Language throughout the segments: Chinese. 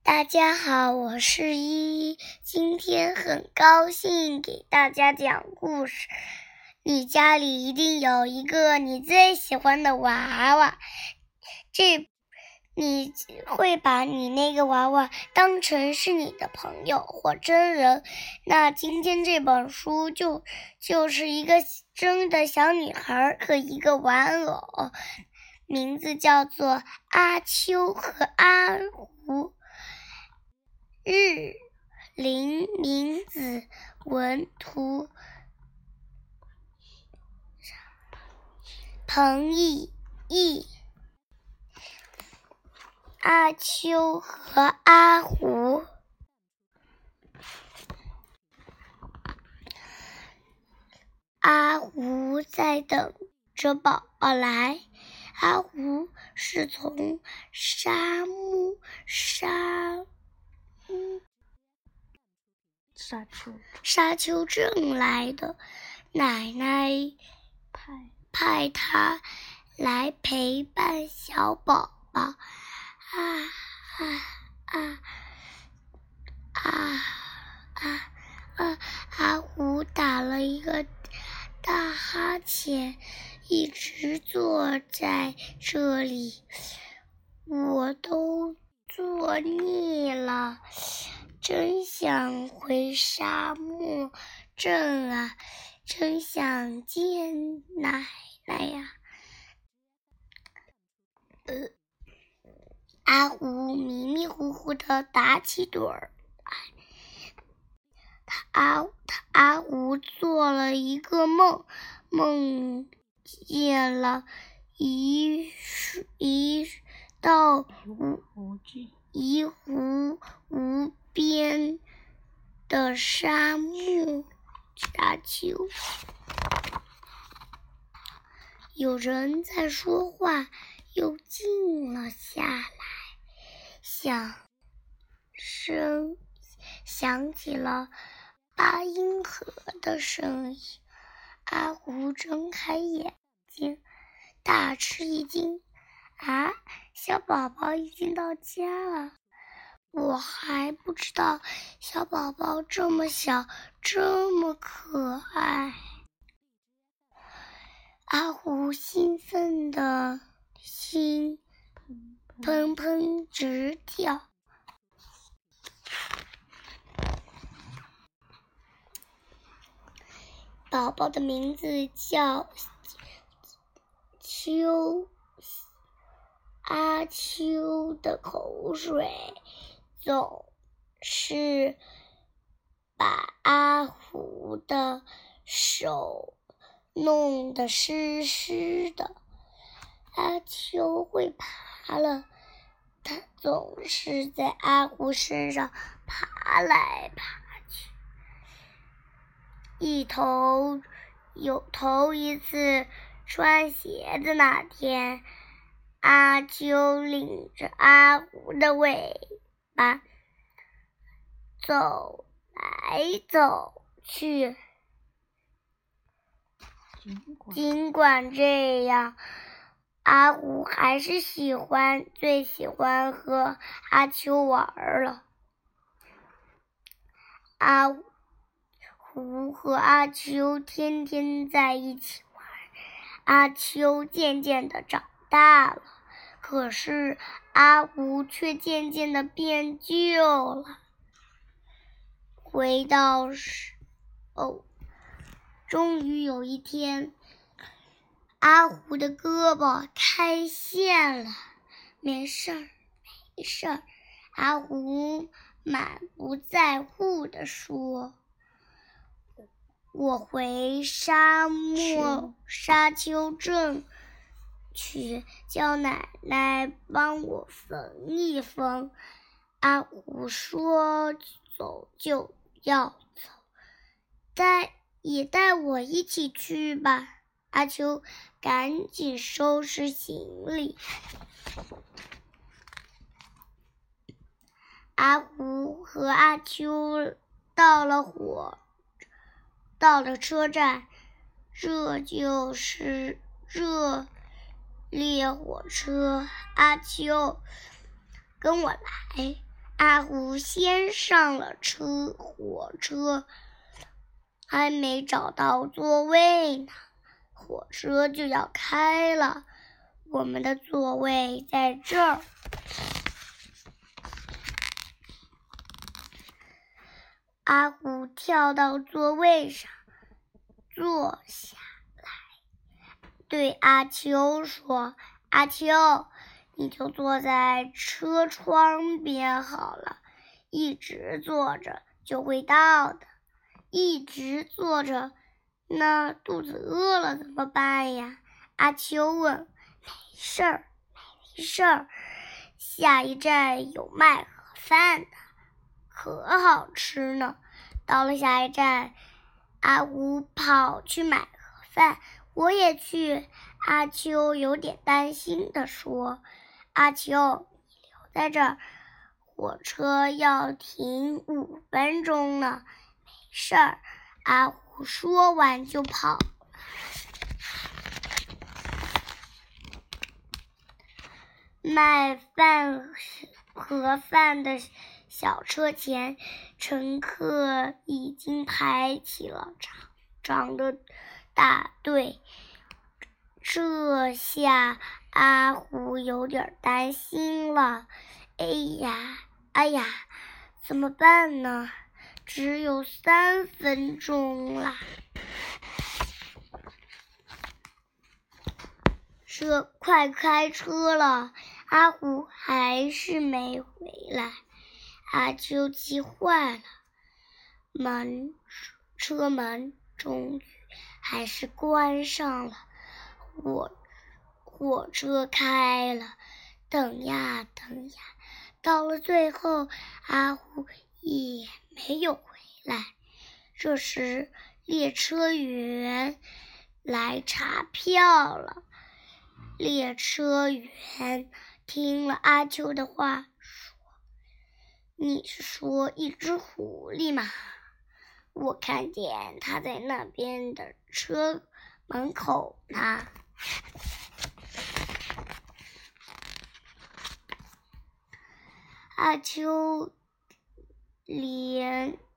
大家好，我是依依，今天很高兴给大家讲故事。你家里一定有一个你最喜欢的娃娃，你会把你那个娃娃当成是你的朋友或真人。那今天这本书就是一个真的小女孩和一个玩偶，名字叫做阿秋和阿胡。日林明子文图，彭懿译。阿秋和阿胡。阿胡在等着宝宝来。阿胡是从沙丘镇来的，奶奶派他来陪伴小宝宝。阿胡打了一个大哈欠，一直坐在这里，我都坐腻了，真想回沙漠镇啊，真想见奶奶呀。阿胡迷迷糊糊地打起盹儿来。阿胡做了一个梦，梦见了一湖无边的沙丘，有人在说话，又静了下来，响起了八音盒的声音。阿胡睁开眼睛，大吃一惊，小宝宝已经到家了，我还不知道小宝宝这么小，这么可爱。阿胡兴奋的心砰砰直跳。宝宝的名字叫秋，阿秋的口水总是把阿胡的手弄得湿湿的。阿秋会爬了，他总是在阿胡身上爬来爬去。头一次穿鞋子那天，阿秋领着阿胡的尾巴走来走去。尽管这样，阿胡还是最喜欢和阿秋玩了。阿胡和阿秋天天在一起玩，阿秋渐渐地长大了，可是阿胡却渐渐地变旧了。终于有一天，阿胡的胳膊开线了。没事儿，阿胡满不在乎地说，我回沙丘镇去，叫奶奶帮我缝一缝。阿胡说走就要走，也带我一起去吧。阿秋赶紧收拾行李。阿胡和阿秋到了车站，这就是热烈火车。阿秋，跟我来。 阿虎先上了火车，还没找到座位呢，火车就要开了。我们的座位在这儿。阿虎跳到座位上，坐下来，对阿秋说：“阿秋，你就坐在车窗边好了，一直坐着就会到的。一直坐着，那肚子饿了怎么办呀？”阿秋问。“没事儿，没事儿，下一站有卖盒饭的，可好吃呢。”到了下一站，阿虎跑去买盒饭，我也去。阿秋有点担心地说：“阿秋，你留在这儿，火车要停5分钟呢。”“没事儿。”阿虎说完就跑了。卖盒饭的小车前，乘客已经排起了长的大队。这下阿虎有点担心了。哎呀，怎么办呢？只有3分钟了。快开车了，阿虎还是没回来。阿秋急坏了，车门终于还是关上了。火车开了，等呀等呀，到了最后，阿虎也没有回来。这时，列车员来查票了。列车员听了阿秋的话，说：“你是说一只狐狸吗？我看见它在那边的车门口呢。”阿秋连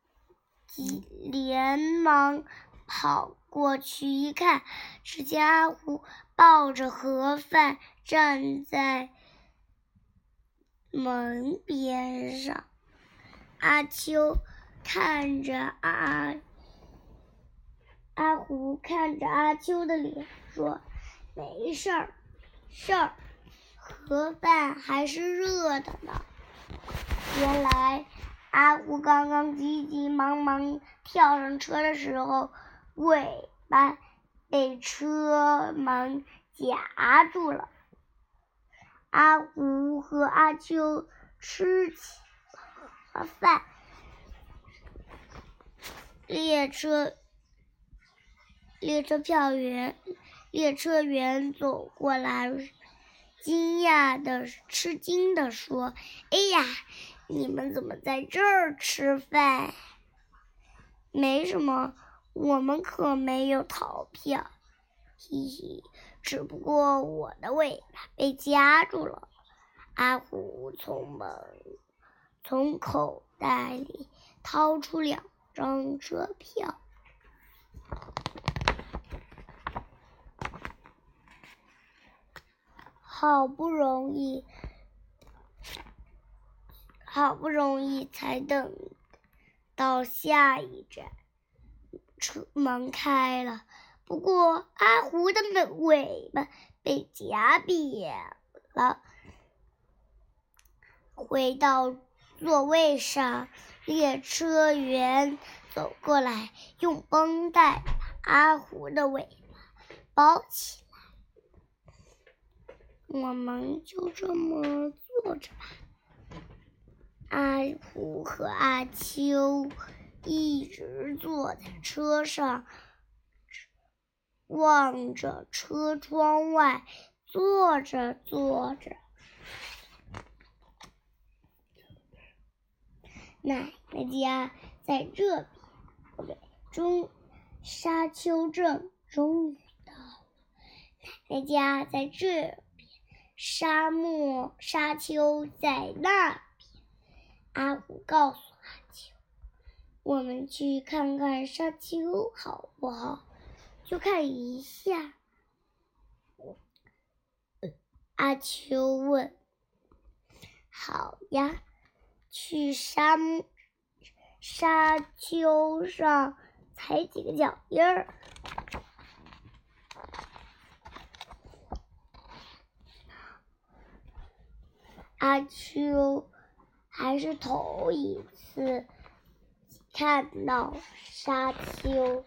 忙跑过去一看，只见阿虎抱着盒饭站在门边上。阿秋看着阿虎看着阿秋的脸说：“没事儿，盒饭还是热的呢。”原来阿虎刚刚急急忙忙跳上车的时候，尾巴被车门夹住了。阿虎和阿秋吃起了饭。列车员走过来，吃惊地说：“哎呀，你们怎么在这儿吃饭？”“没什么，我们可没有逃票。”“嘿嘿，只不过我的尾巴被夹住了。”阿虎从口袋里掏出2张车票。好不容易才等到下一站，车门开了，不过阿虎的尾巴被夹扁了。回到座位上，列车员走过来，用绷带把阿虎的尾巴包起来。我们就这么坐着吧。阿虎和阿秋一直坐在车上，望着车窗外，坐着，奶奶家在这边，沙丘镇终于到了。奶奶家在这边，沙丘在那边。 阿虎告诉阿秋：“我们去看看沙丘好不好？就看一下。”阿秋问：“好呀，去沙丘上踩几个脚印儿。”阿秋还是头一次看到沙丘，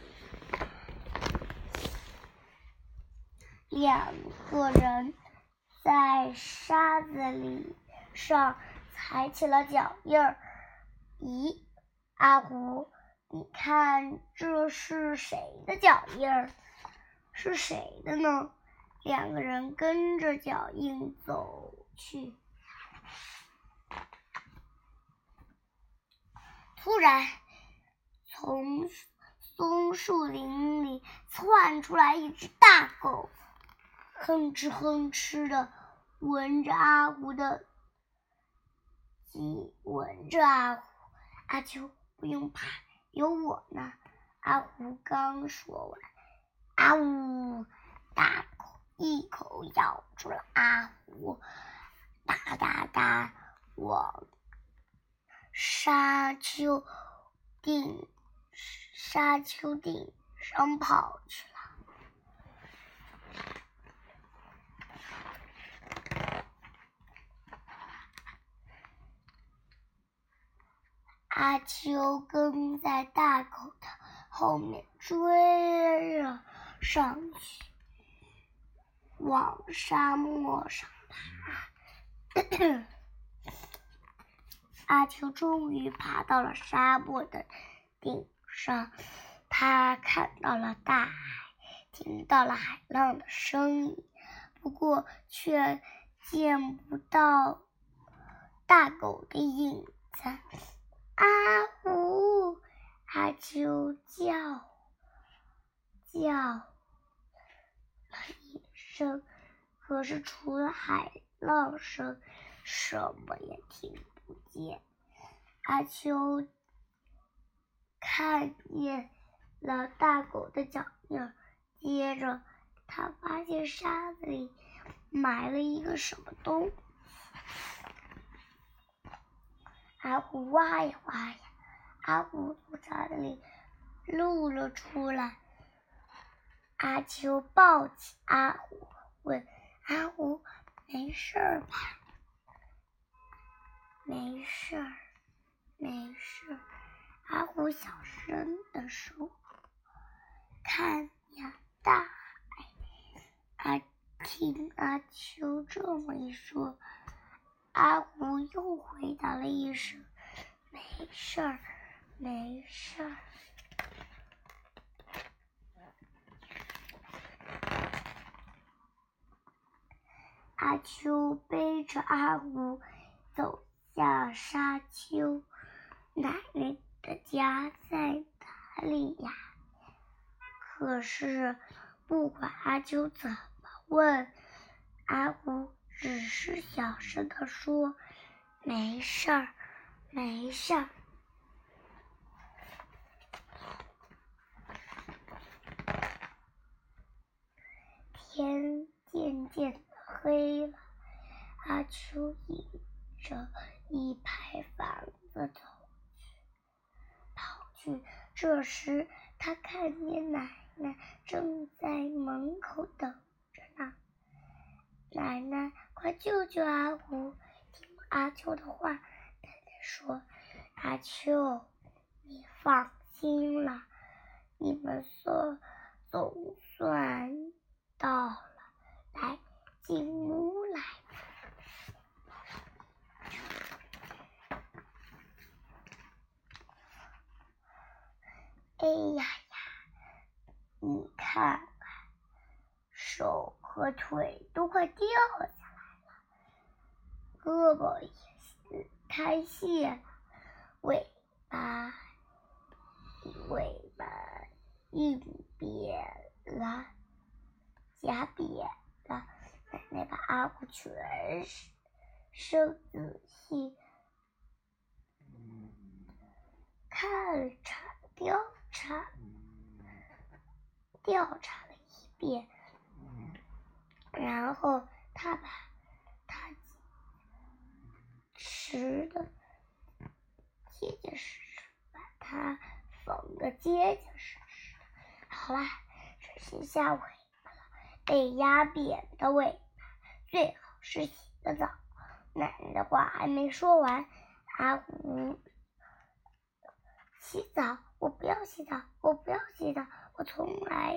两个人在沙子上踩起了脚印儿。咦，阿虎，你看这是谁的脚印儿？是谁的呢？两个人跟着脚印走去。突然，从松树林里窜出来一只大狗，哼哧哼哧的闻着阿虎。阿秋，不用怕，有我呢。阿虎刚说完，啊呜！大狗一口咬住了阿虎，哒哒哒往沙丘顶上跑去了。阿秋跟在大狗的后面追了上去，往沙漠上爬。阿秋终于爬到了沙漠的顶上，他看到了大海，听到了海浪的声音，不过却见不到大狗的影子。阿虎，阿秋叫了一声，可是除了海浪声，什么也听不见。阿秋看见了大狗的脚印，接着他发现沙子里埋了一个什么东西。阿虎挖呀挖呀，阿虎从沙子里露了出来。阿秋抱起阿虎，问阿虎：“没事吧？”“没事。”阿虎小声地说。看呀，大海！听阿秋这么一说，阿虎又回答了一声：“没事儿。”阿秋背着阿虎走下沙丘。奶奶的家在哪里呀？可是不管阿秋怎么问，阿虎只是小声地说：“没事儿。”天渐渐的黑了，阿秋迎着一排房子跑去。这时他看见奶奶正在门口等着呢。奶奶，快救救阿虎！听阿秋的话，奶奶说：“阿秋，你放心了，你们总算到了，来，进屋来。”哎呀呀，你看看，手和腿都快掉下来了，胳膊也开泄了，尾巴硬瘪了，夹瘪了。奶奶把阿虎全身仔细调查了一遍，然后他把他拾的结结实实，把它缝得结结实实的。好啦，只剩下尾巴了，被压扁的尾巴最好是洗个澡。奶奶的话还没说完，阿虎洗澡，我不要洗澡，我不要洗澡，我从来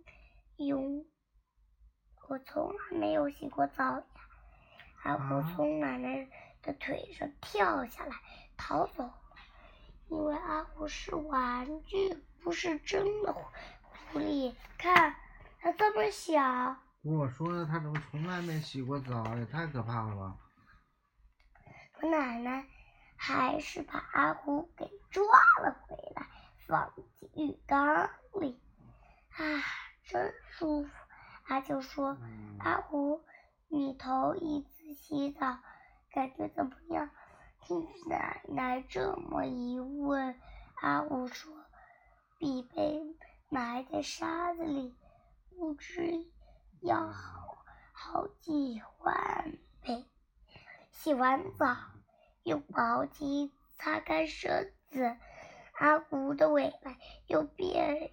没有洗过澡呀！阿虎从奶奶的腿上跳下来逃走了，因为阿虎是玩具，不是真的狐狸。看，它这么小。 我说了，他怎么从来没洗过澡？也太可怕了吧！ 可奶奶还是把阿虎给抓了回来，放进浴缸里。真舒服。阿秋说：“阿虎，你头一次洗澡，感觉怎么样？”听奶奶这么一问，阿虎说：“比被埋在沙子里不知要好几万倍。”洗完澡，用毛巾擦干身子，阿虎的尾巴又变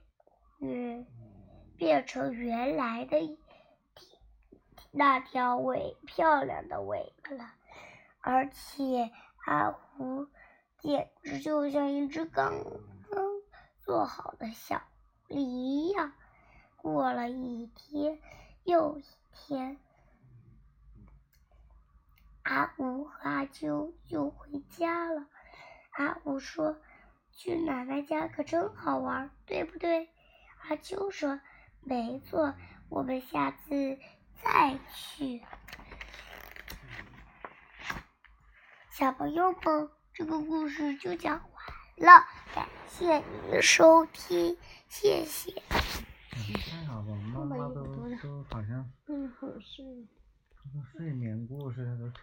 成原来的那条漂亮的尾巴了，而且阿虎简直就像一只刚刚做好的小狐狸一样。过了一天又一天，阿虎和阿秋就回家了。阿虎说：“去奶奶家可真好玩，对不对？”阿秋说：“没错，我们下次再去。”小朋友们，这个故事就讲完了，感谢你的收听，谢谢。 太好了，妈妈都好像，这个睡眠故事都。